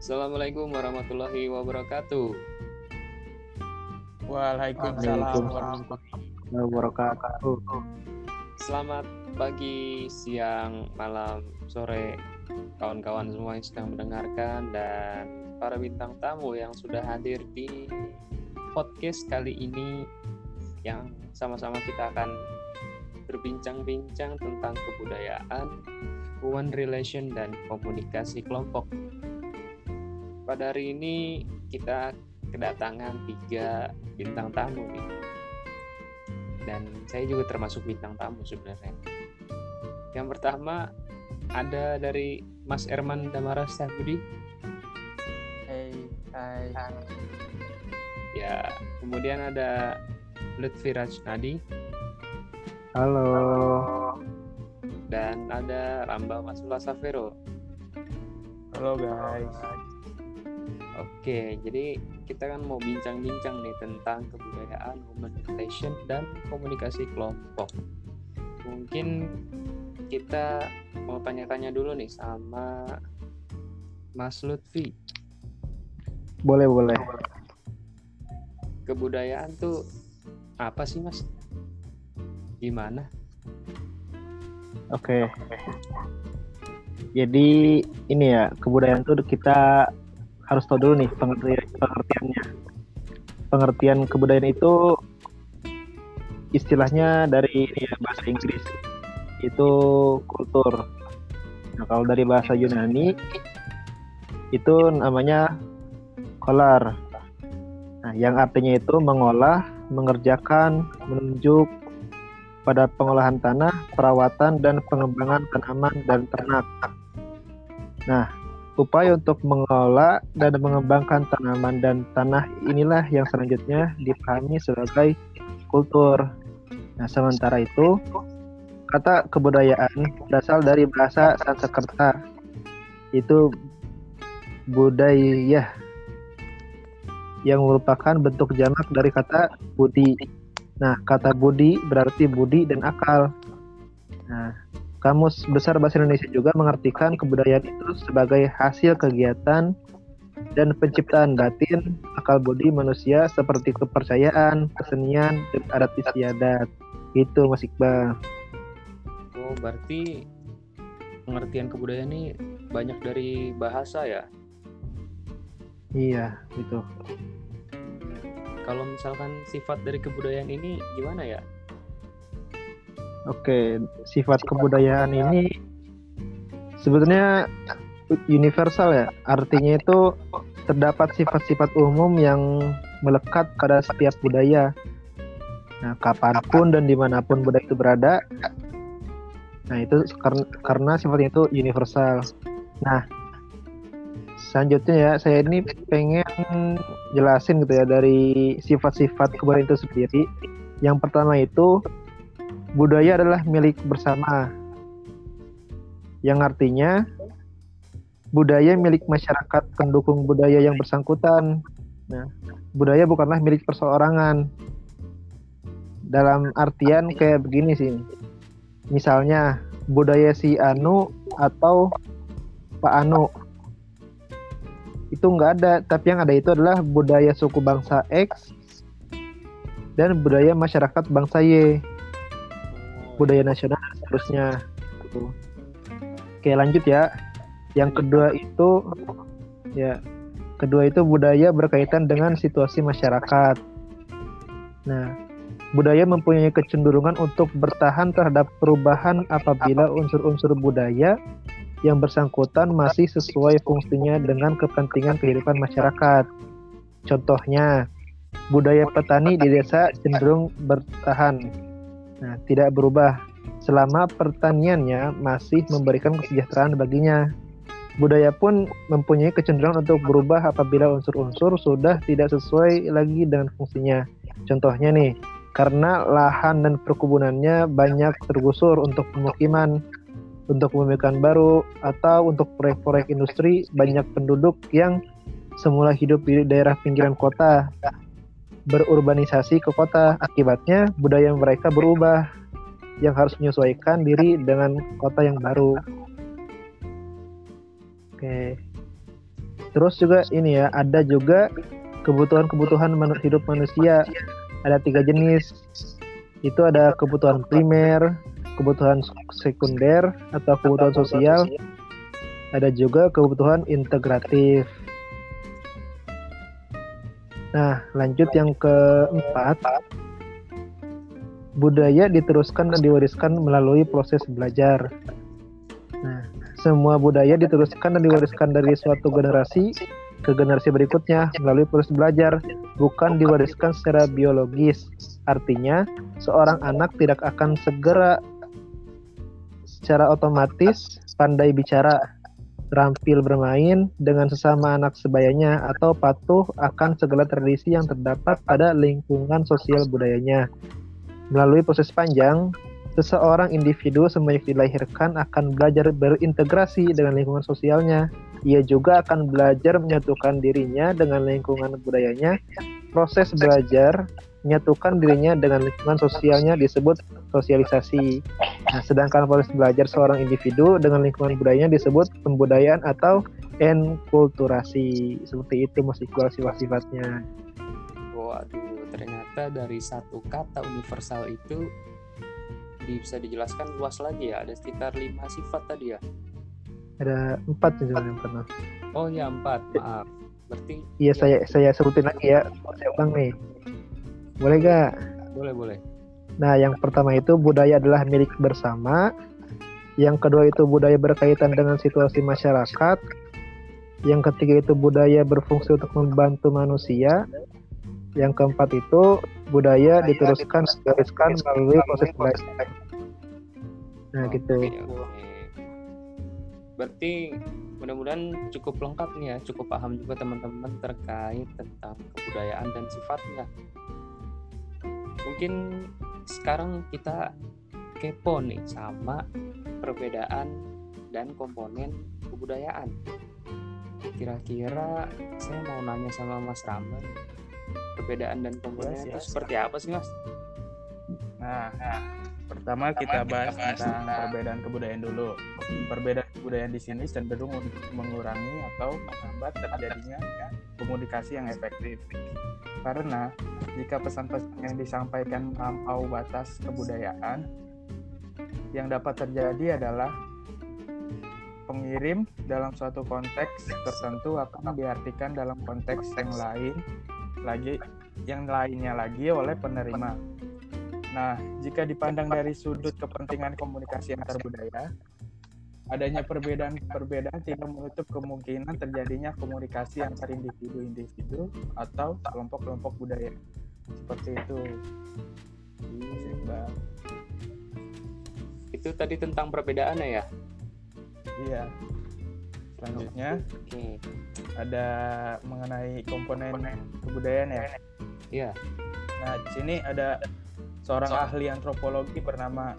Assalamualaikum warahmatullahi wabarakatuh. Waalaikumsalam warahmatullahi wabarakatuh. Selamat pagi, siang, malam, sore, kawan-kawan semua yang sedang mendengarkan dan para bintang tamu yang sudah hadir di podcast kali ini yang sama-sama kita akan berbincang-bincang tentang kebudayaan, human relation, dan komunikasi kelompok. Pada hari ini kita kedatangan 3 bintang tamu nih. Dan saya juga termasuk bintang tamu sebenarnya. Yang pertama ada dari Mas Erman Damara Sahbudi. Hai. Ya, kemudian ada Lutfi Rajnadi. Halo. Dan ada Ramba Masula Safero. Halo guys. Oke, jadi kita kan mau bincang-bincang nih tentang kebudayaan, human relation, dan komunikasi kelompok. Mungkin kita mau tanya-tanya dulu nih sama Mas Lutfi. Boleh. Kebudayaan tuh apa sih, Mas? Gimana? Oke. Jadi ini ya, kebudayaan tuh kita harus tahu dulu nih pengertiannya. Pengertian kebudayaan itu istilahnya dari bahasa Inggris itu kultur. Nah, kalau dari bahasa Yunani itu namanya kolar. Nah, yang artinya itu mengolah, mengerjakan, menunjuk pada pengolahan tanah, perawatan dan pengembangan tanaman dan ternak. Nah, upaya untuk mengelola dan mengembangkan tanaman dan tanah inilah yang selanjutnya dipahami sebagai kultur. Nah, sementara itu, kata kebudayaan berasal dari bahasa Sanskerta, itu budaya, yang merupakan bentuk jamak dari kata budi. Nah, kata budi berarti budi dan akal. Nah, Kamus Besar Bahasa Indonesia juga mengartikan kebudayaan itu sebagai hasil kegiatan dan penciptaan batin akal budi manusia seperti kepercayaan, kesenian, dan adat istiadat. Itu Mas Iqbal. Oh, berarti pengertian kebudayaan ini banyak dari bahasa ya? Iya, gitu. Kalau misalkan sifat dari kebudayaan ini gimana ya? Oke, sifat kebudayaan ini sebetulnya universal ya. Artinya itu terdapat sifat-sifat umum yang melekat pada setiap budaya. Nah, kapanpun dan dimanapun budaya itu berada, nah itu karena sifatnya itu universal. Nah, selanjutnya ya, saya ini pengen jelasin gitu ya dari sifat-sifat kebudayaan itu sendiri. Yang pertama itu budaya adalah milik bersama, yang artinya budaya milik masyarakat pendukung budaya yang bersangkutan. Nah, budaya bukanlah milik perseorangan. Dalam artian kayak begini sih. Misalnya budaya si Anu atau Pak Anu itu nggak ada, tapi yang ada itu adalah budaya suku bangsa X dan budaya masyarakat bangsa Y. Budaya nasional dan seterusnya gitu. Oke, lanjut ya. Yang kedua itu budaya berkaitan dengan situasi masyarakat. Nah, budaya mempunyai kecenderungan untuk bertahan terhadap perubahan apabila unsur-unsur budaya yang bersangkutan masih sesuai fungsinya dengan kepentingan kehidupan masyarakat. Contohnya, budaya petani di desa cenderung bertahan. Nah, tidak berubah selama pertaniannya masih memberikan kesejahteraan baginya. Budaya pun mempunyai kecenderungan untuk berubah apabila unsur-unsur sudah tidak sesuai lagi dengan fungsinya. Contohnya nih, karena lahan dan perkebunannya banyak tergusur untuk pemukiman, untuk pemilikan baru, atau untuk proyek-proyek industri, banyak penduduk yang semula hidup di daerah pinggiran kota berurbanisasi ke kota. Akibatnya budaya mereka berubah, yang harus menyesuaikan diri dengan kota yang baru. Oke. Terus juga ini ya, ada juga kebutuhan-kebutuhan hidup manusia. Ada 3 jenis. Itu ada kebutuhan primer, kebutuhan sekunder atau kebutuhan sosial. Ada juga kebutuhan integratif. Nah, lanjut yang keempat. Budaya diteruskan dan diwariskan melalui proses belajar. Nah, semua budaya diteruskan dan diwariskan dari suatu generasi ke generasi berikutnya melalui proses belajar, bukan diwariskan secara biologis. Artinya, seorang anak tidak akan segera secara otomatis pandai bicara, terampil bermain dengan sesama anak sebayanya, atau patuh akan segala tradisi yang terdapat pada lingkungan sosial budayanya. Melalui proses panjang, seseorang individu semenjak dilahirkan akan belajar berintegrasi dengan lingkungan sosialnya. Ia juga akan belajar menyatukan dirinya dengan lingkungan budayanya. Proses belajar menyatukan dirinya dengan lingkungan sosialnya disebut sosialisasi. Nah, sedangkan proses belajar seorang individu dengan lingkungan budayanya disebut pembudayaan atau enkulturasi. Seperti itu Mas Iqbal sifat-sifatnya. Waduh, ternyata dari satu kata universal itu bisa dijelaskan luas lagi ya. Ada sekitar 5 sifat tadi ya. Ada 4 sebenarnya pernah. Oh ya 4, maaf. Berarti iya saya sebutin lagi ya. Saya ulang nih. Boleh gak? Boleh. Nah, yang pertama itu budaya adalah milik bersama. Yang kedua itu budaya berkaitan dengan situasi masyarakat. Yang ketiga itu budaya berfungsi untuk membantu manusia. Yang keempat itu budaya diteruskan diwariskan melalui proses belajar. Nah, gitu. Oke. Berarti mudah-mudahan cukup lengkap nih ya, cukup paham juga teman-teman terkait tentang kebudayaan dan sifatnya. Mungkin sekarang kita kepo nih sama perbedaan dan komponen kebudayaan. Kira-kira saya mau nanya sama Mas Ramlan, perbedaan dan komponen itu seperti apa sih Mas? Nah, pertama kita bahas tentang perbedaan kebudayaan dulu. Perbedaan kebudayaan di sini cenderung untuk mengurangi atau menghambat terjadinya komunikasi yang efektif. Karena jika pesan-pesan yang disampaikan melampaui batas kebudayaan, yang dapat terjadi adalah pengirim dalam suatu konteks tertentu akan diartikan dalam konteks yang lainnya lagi oleh penerima. Nah, jika dipandang dari sudut kepentingan komunikasi antar budaya, adanya perbedaan tidak menutup kemungkinan terjadinya komunikasi antar individu-individu atau kelompok-kelompok budaya. Seperti itu. Itu tadi tentang perbedaannya ya? Iya. Selanjutnya, ada mengenai komponen kebudayaan ya. Iya. Nah, di sini ada seorang ahli antropologi bernama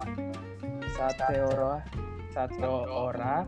Satya Ora.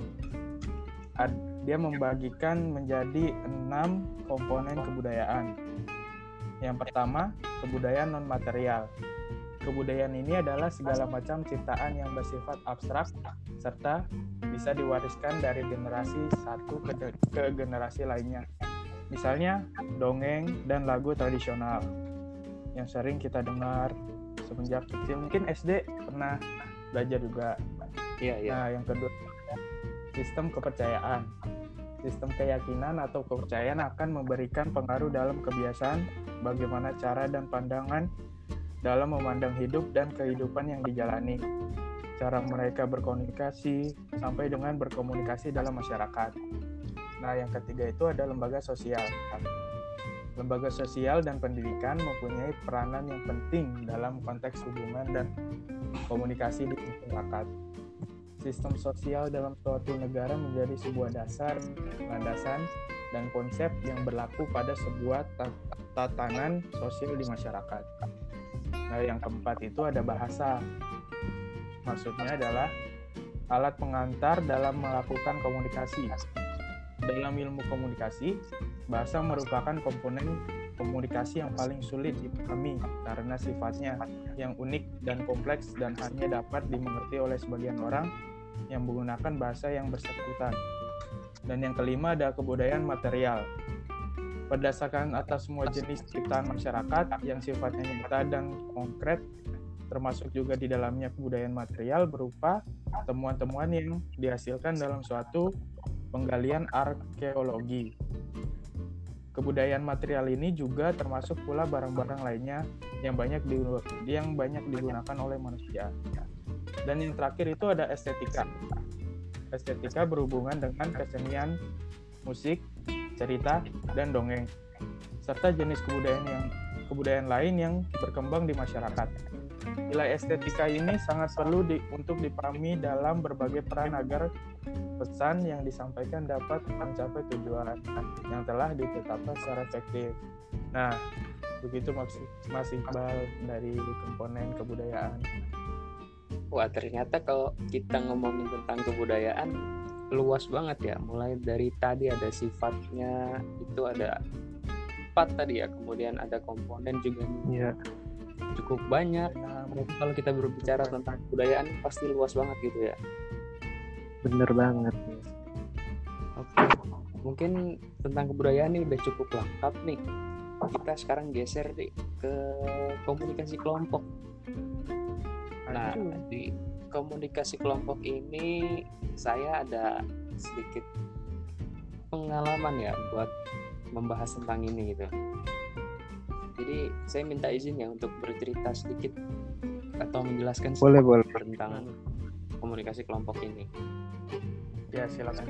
Dia membagikan menjadi 6 komponen kebudayaan. Yang pertama, kebudayaan non-material. Kebudayaan ini adalah segala macam ciptaan yang bersifat abstrak serta bisa diwariskan dari generasi satu ke generasi lainnya. Misalnya, dongeng dan lagu tradisional yang sering kita dengar semenjak kecil. Mungkin SD pernah belajar juga. Iya. Nah, yang kedua, sistem kepercayaan. Sistem keyakinan atau kepercayaan akan memberikan pengaruh dalam kebiasaan, bagaimana cara dan pandangan dalam memandang hidup dan kehidupan yang dijalani. Cara mereka berkomunikasi, sampai dengan berkomunikasi dalam masyarakat. Nah, yang ketiga itu ada lembaga sosial. Lembaga sosial dan pendidikan mempunyai peranan yang penting dalam konteks hubungan dan komunikasi di masyarakat. Sistem sosial dalam suatu negara menjadi sebuah dasar, landasan, dan konsep yang berlaku pada sebuah tatanan sosial di masyarakat. Nah, yang keempat itu ada bahasa. Maksudnya adalah alat pengantar dalam melakukan komunikasi. Dalam ilmu komunikasi, bahasa merupakan komponen komunikasi yang paling sulit dipahami karena sifatnya yang unik dan kompleks dan hanya dapat dimengerti oleh sebagian orang yang menggunakan bahasa yang bersangkutan. Dan yang kelima ada kebudayaan material. Berdasarkan atas semua jenis ciptaan masyarakat yang sifatnya nyata dan konkret, termasuk juga di dalamnya kebudayaan material berupa temuan-temuan yang dihasilkan dalam suatu penggalian arkeologi. Kebudayaan material ini juga termasuk pula barang-barang lainnya yang banyak digunakan oleh manusia. Dan yang terakhir itu ada estetika. Estetika berhubungan dengan kesenian, musik, cerita, dan dongeng, serta jenis kebudayaan lain yang berkembang di masyarakat. Nilai estetika ini sangat perlu untuk dipahami dalam berbagai peran agar pesan yang disampaikan dapat mencapai tujuan yang telah ditetapkan secara efektif. Nah, begitu Mas Iqbal dari komponen kebudayaan. Wah, ternyata kalau kita ngomongin tentang kebudayaan luas banget ya. Mulai dari tadi ada sifatnya, itu ada 4 tadi ya. Kemudian ada komponen juga cukup banyak. Berarti kalau kita berbicara tentang kebudayaan pasti luas banget gitu ya. Bener banget. Oke, mungkin tentang kebudayaan ini udah cukup lengkap nih. Kita sekarang geser deh ke komunikasi kelompok. Nah, di komunikasi kelompok ini saya ada sedikit pengalaman ya buat membahas tentang ini gitu. Jadi saya minta izin ya untuk bercerita sedikit atau menjelaskan boleh. tentang komunikasi kelompok ini. Ya, silakan.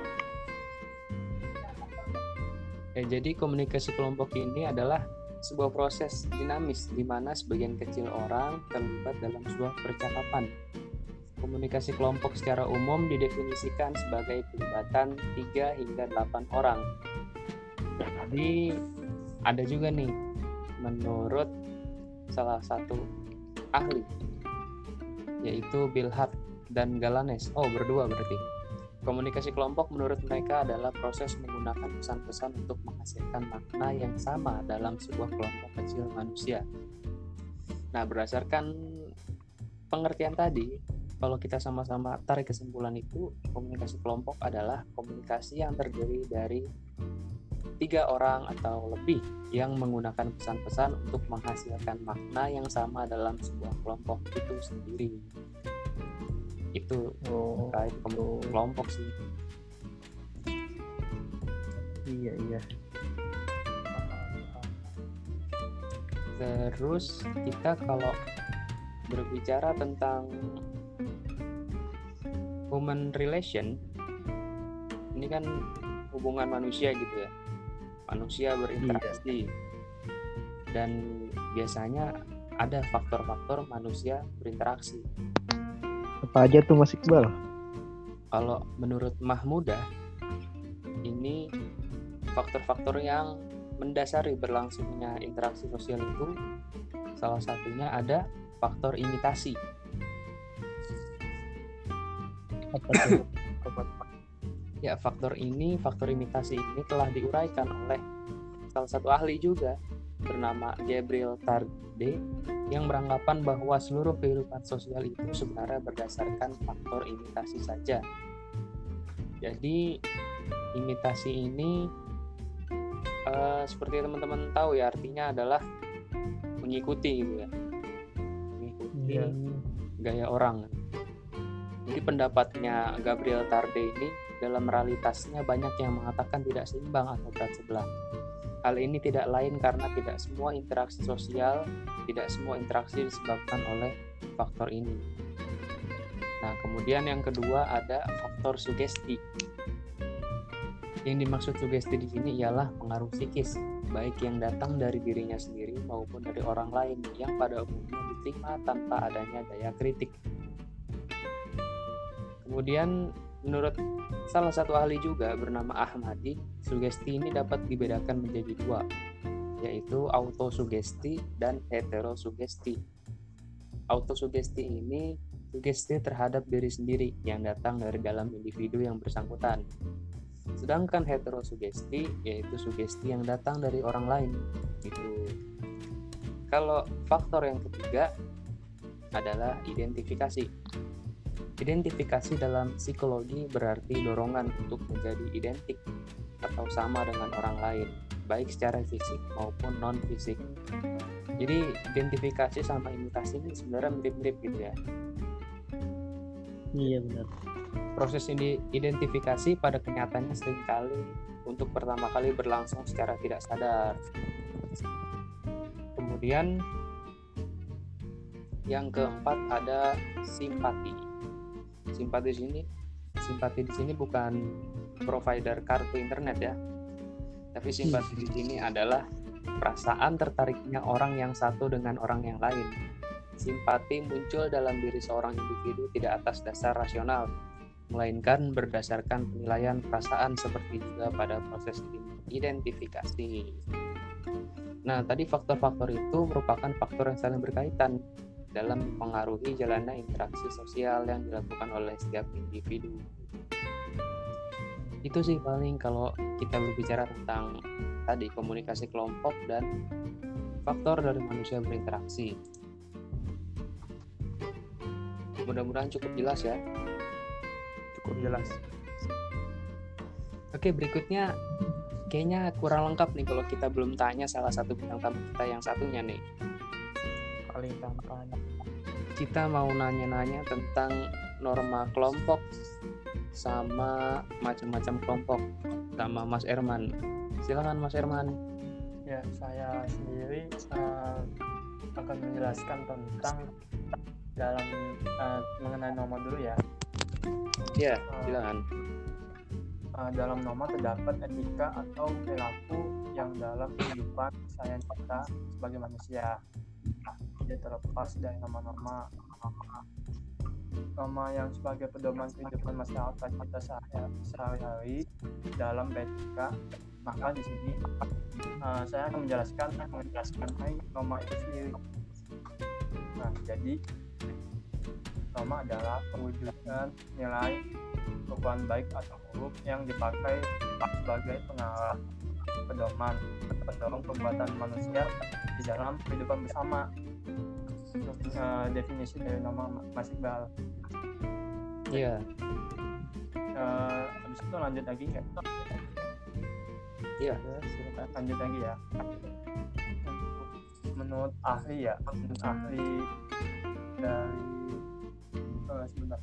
Jadi komunikasi kelompok ini adalah sebuah proses dinamis di mana sebagian kecil orang terlibat dalam sebuah percakapan. Komunikasi kelompok secara umum didefinisikan sebagai pelibatan 3 hingga 8 orang. Jadi ada juga nih menurut salah satu ahli yaitu Bilhat dan Galanes. Berdua berarti. Komunikasi kelompok menurut mereka adalah proses menggunakan pesan-pesan untuk menghasilkan makna yang sama dalam sebuah kelompok kecil manusia. Nah, berdasarkan pengertian tadi, kalau kita sama-sama tarik kesimpulan itu, komunikasi kelompok adalah komunikasi yang terdiri dari 3 orang atau lebih yang menggunakan pesan-pesan untuk menghasilkan makna yang sama dalam sebuah kelompok itu sendiri. Itu terkait kelompok sih. Iya. Terus kita kalau berbicara tentang human relation, ini kan hubungan manusia gitu ya. Manusia berinteraksi. Dan biasanya ada faktor-faktor manusia berinteraksi. Apa aja tuh Mas Iqbal? Kalau menurut Mahmudah, ini faktor-faktor yang mendasari berlangsungnya interaksi sosial itu salah satunya ada faktor imitasi. Apa tuh? Ya, faktor imitasi ini telah diuraikan oleh salah satu ahli juga bernama Gabriel Tarde yang beranggapan bahwa seluruh kehidupan sosial itu sebenarnya berdasarkan faktor imitasi saja. Jadi imitasi ini seperti teman-teman tahu ya, artinya adalah mengikuti gitu ya, mengikuti gaya orang. Jadi pendapatnya Gabriel Tarde ini dalam realitasnya banyak yang mengatakan tidak seimbang atau berat sebelah. Hal ini tidak lain karena tidak semua interaksi sosial, tidak semua interaksi disebabkan oleh faktor ini. Nah, kemudian yang kedua ada faktor sugesti. Yang dimaksud sugesti di sini ialah pengaruh psikis, baik yang datang dari dirinya sendiri maupun dari orang lain yang pada umumnya diterima tanpa adanya daya kritik. Kemudian menurut salah satu ahli juga bernama Ahmadi, sugesti ini dapat dibedakan menjadi 2, yaitu autosugesti dan heterosugesti. Autosugesti ini sugesti terhadap diri sendiri yang datang dari dalam individu yang bersangkutan. Sedangkan heterosugesti yaitu sugesti yang datang dari orang lain. Gitu. Kalau faktor yang ketiga adalah identifikasi. Identifikasi dalam psikologi berarti dorongan untuk menjadi identik atau sama dengan orang lain, baik secara fisik maupun non-fisik. Jadi identifikasi sama imitasi ini sebenarnya mirip-mirip gitu ya. Iya benar. Proses ini identifikasi pada kenyataannya seringkali untuk pertama kali berlangsung secara tidak sadar. Kemudian yang keempat ada simpati. Simpati di sini bukan provider kartu internet ya. Tapi simpati di sini adalah perasaan tertariknya orang yang satu dengan orang yang lain. Simpati muncul dalam diri seorang individu tidak atas dasar rasional, melainkan berdasarkan penilaian perasaan seperti juga pada proses identifikasi. Nah, tadi faktor-faktor itu merupakan faktor yang saling berkaitan dalam mempengaruhi jalannya interaksi sosial yang dilakukan oleh setiap individu. Itu sih paling kalau kita berbicara tentang tadi komunikasi kelompok dan faktor dari manusia berinteraksi. Mudah-mudahan cukup jelas ya. Cukup jelas. Oke, berikutnya kayaknya kurang lengkap nih kalau kita belum tanya salah satu bintang tamu kita yang satunya nih. Paling tampan. Kita mau nanya-nanya tentang norma kelompok sama macam-macam kelompok sama Mas Erman. Silakan Mas Erman. Ya, saya sendiri akan menjelaskan tentang dalam mengenai norma dulu ya. Ya, silakan. Dalam norma terdapat etika atau perilaku yang dalam kehidupan saya kita sebagai manusia tidak terlepas dari norma-norma yang sebagai pedoman kehidupan masyarakat kita sehari-hari dalam etika. Maka di sini saya akan menjelaskan mengenai norma itu sendiri. Nah, jadi norma adalah perwujudan nilai perbuatan baik atau buruk yang dipakai sebagai pengarah, pedoman, pendorong perbuatan manusia di dalam kehidupan bersama. Definisi dari norma Mas Iqbal. Iya. Habis itu lanjut lagi nggak? Iya. Silakan lanjut lagi ya. Menurut ahli ya, ahli dari sebentar.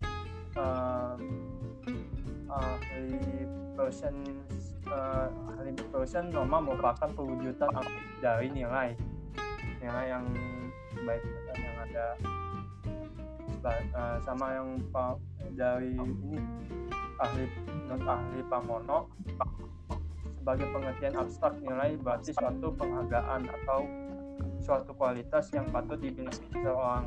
Ahli person norma merupakan perwujudan dari nilai yang baik yang ada sama yang dari ini ahli Pramono sebagai pengertian abstrak. Nilai berarti suatu penghargaan atau suatu kualitas yang patut dimiliki seseorang.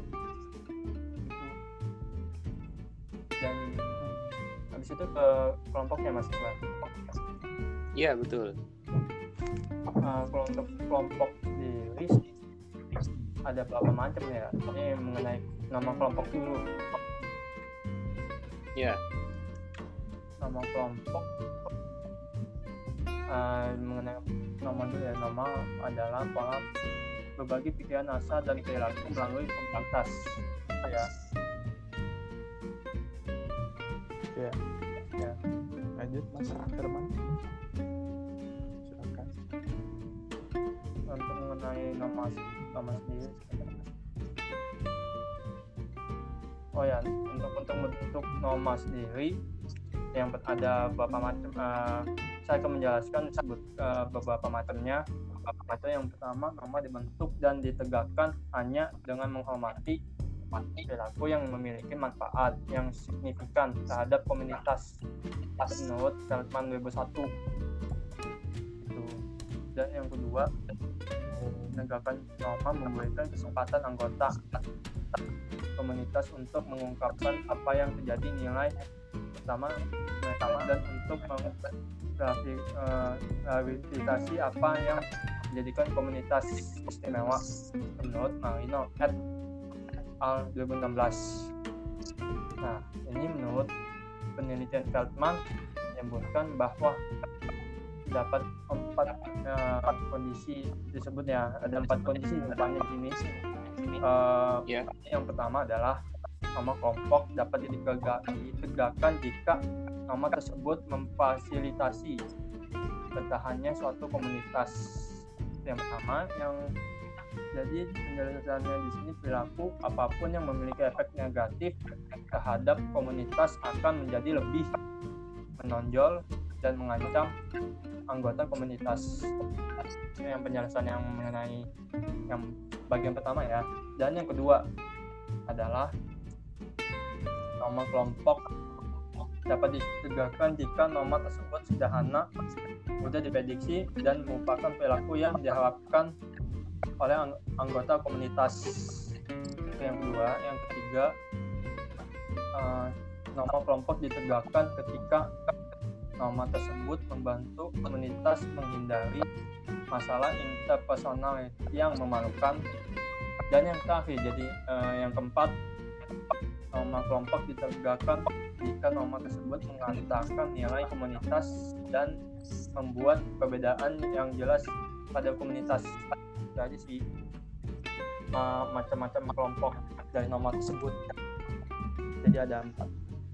Dan habis itu ke kelompoknya Mas Iqbal. Iya, betul. Kelompok sendiri ada berapa macam ya? Ini mengenai nama kelompok dulu. Iya. Nama kelompok mengenai nama dulu ya. Nama adalah pola berbagi pikiran, asa dan perilaku melalui komunitas. Ya. Lanjut Mas Herman. Silakan. Untuk mengenai nama sendiri. Oh ya, untuk bentuk norma sendiri yang ada beberapa macam. Saya akan menjelaskan beberapa macamnya. Yang pertama, norma dibentuk dan ditegakkan hanya dengan menghormati perilaku yang memiliki manfaat yang signifikan terhadap komunitas menurut Feldman 2001. Dan yang kedua, menegakkan norma memberikan kesempatan anggota komunitas untuk mengungkapkan apa yang terjadi nilai pertama dan untuk mengklarifikasi apa yang menjadikan komunitas istimewa menurut Marino et al. 2016. Nah, ini menurut penelitian Feldman menyebutkan bahwa dapat empat kondisi disebut ya, ada 4 kondisi rupanya di sini. Yang pertama adalah nama kelompok dapat ditegakkan jika nama tersebut memfasilitasi bertahannya suatu komunitas. Yang pertama, jadi penjelasannya di sini, perilaku apapun yang memiliki efek negatif terhadap komunitas akan menjadi lebih menonjol dan mengancam anggota komunitas. Ini yang penjelasan yang mengenai yang bagian pertama ya. Dan yang kedua adalah nama kelompok dapat ditegakkan jika nama tersebut sederhana, mudah diprediksi, dan merupakan perilaku yang diharapkan oleh anggota komunitas. Itu yang kedua. Yang ketiga, nama kelompok ditegakkan ketika nama tersebut membantu komunitas menghindari masalah interpersonal yang memalukan. Dan yang terakhir, jadi yang keempat, nama kelompok ditegakkan jika nama tersebut mengantarkan nilai komunitas dan membuat perbedaan yang jelas pada komunitas. Jadi sih macam-macam kelompok dari nama tersebut. Jadi ada 4.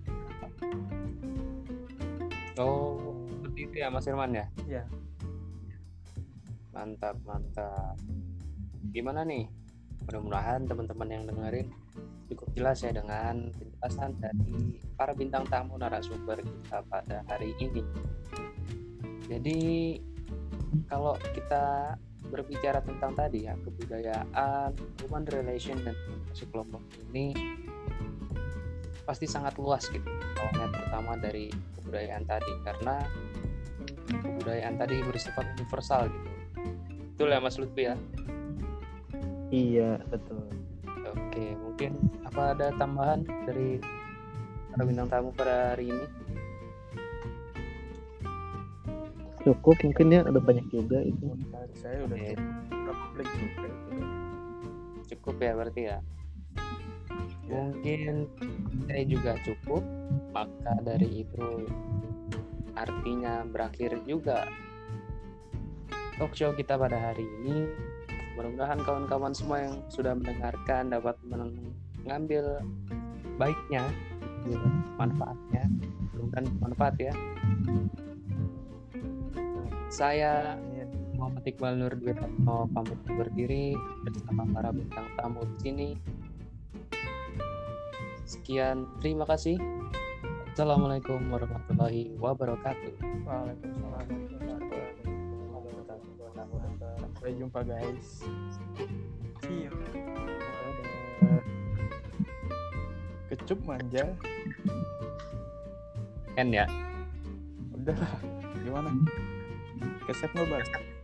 Oh, seperti itu ya Mas Irman ya? Ya. Mantap. Gimana nih? Mudah-mudahan teman-teman yang dengerin cukup jelas ya dengan penjelasan dari para bintang tamu narasumber kita pada hari ini. Jadi kalau kita berbicara tentang tadi ya, kebudayaan, human relation, dan komunikasi kelompok ini pasti sangat luas gitu, awalnya terutama dari kebudayaan tadi, karena kebudayaan tadi bersifat universal gitu. Betul ya Mas Lutfi ya? Iya, betul. Oke, mungkin apa ada tambahan dari para bintang tamu pada hari ini? Cukup mungkin ya, ada banyak juga itu. Dari saya udah cukup juga itu. Cukup ya berarti ya? Mungkin saya juga cukup, maka dari itu artinya berakhir juga talk show kita pada hari ini. Mudah-mudahan kawan-kawan semua yang sudah mendengarkan dapat mengambil baiknya, manfaatnya, mudah-mudahan bermanfaat ya. Saya Muhammad Iqbal Nurdwiratno pamit undur diri bersama para bintang tamu di sini. Sekian, terima kasih. Assalamualaikum warahmatullahi wabarakatuh. Waalaikumsalam. Sampai jumpa guys. See you. Kecup manja. N ya. Udah lah. Gimana? Kesep nggak, Bang?